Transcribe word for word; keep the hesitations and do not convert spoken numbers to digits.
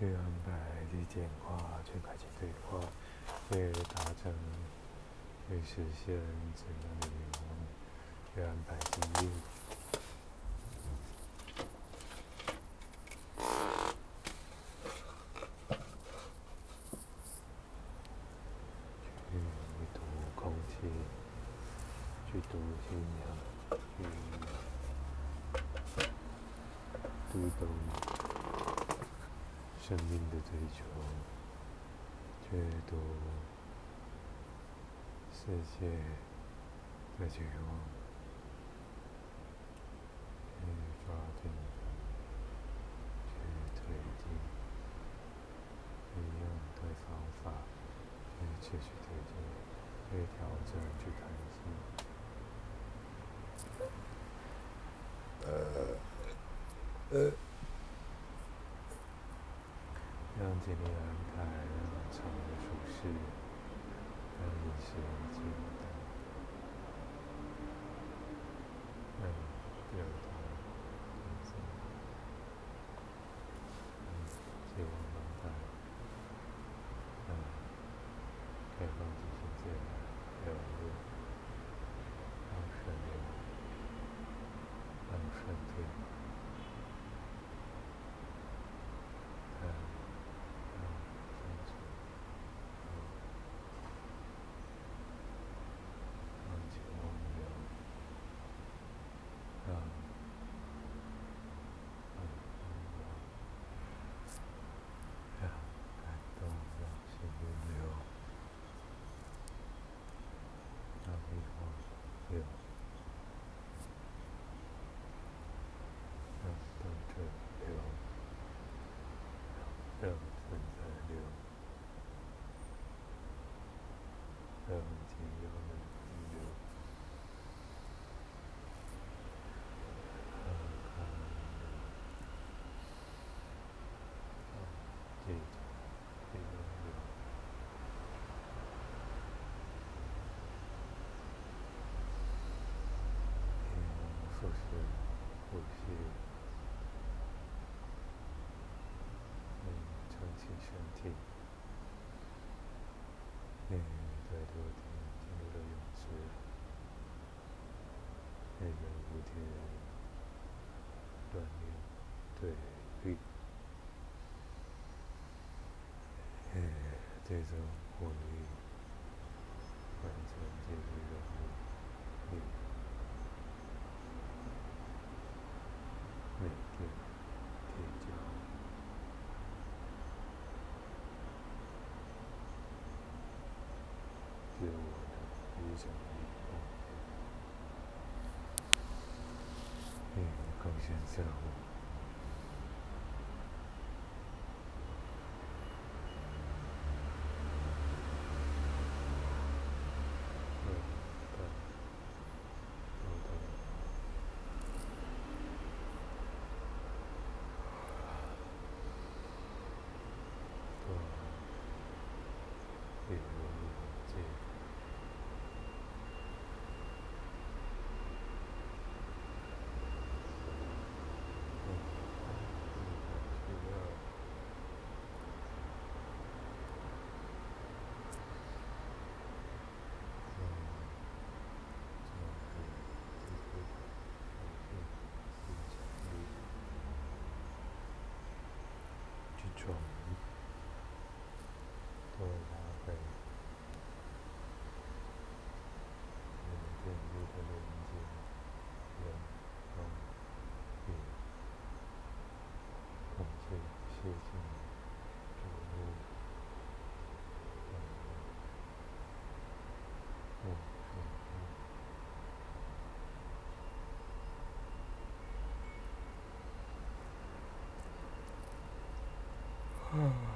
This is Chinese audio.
去安排、去简化、去开启对话，去达成、去实现怎样的愿望，去安排经历。去读空气，去读信仰，去读懂生命的追求，去读世界的绝望，去抓紧，去推进，去用对方法，去持续推进，去调整，去弹性。呃呃。让尽力安排，让场的舒适，让饮食简单，让表达轻松，让希望安排，让开放即兴自然流入，让顺流，让顺退。让存在流，让仅有的流，让看让记住这个流，并复习呼吸，并撑起身体。你在昨天进入了泳池，你在昨天锻炼对力，这种活力完全进入了你每天提交自我的日常礼物，并贡献自我。种多搭配有电力的连接，人风雨空气吸进植物动物木水木。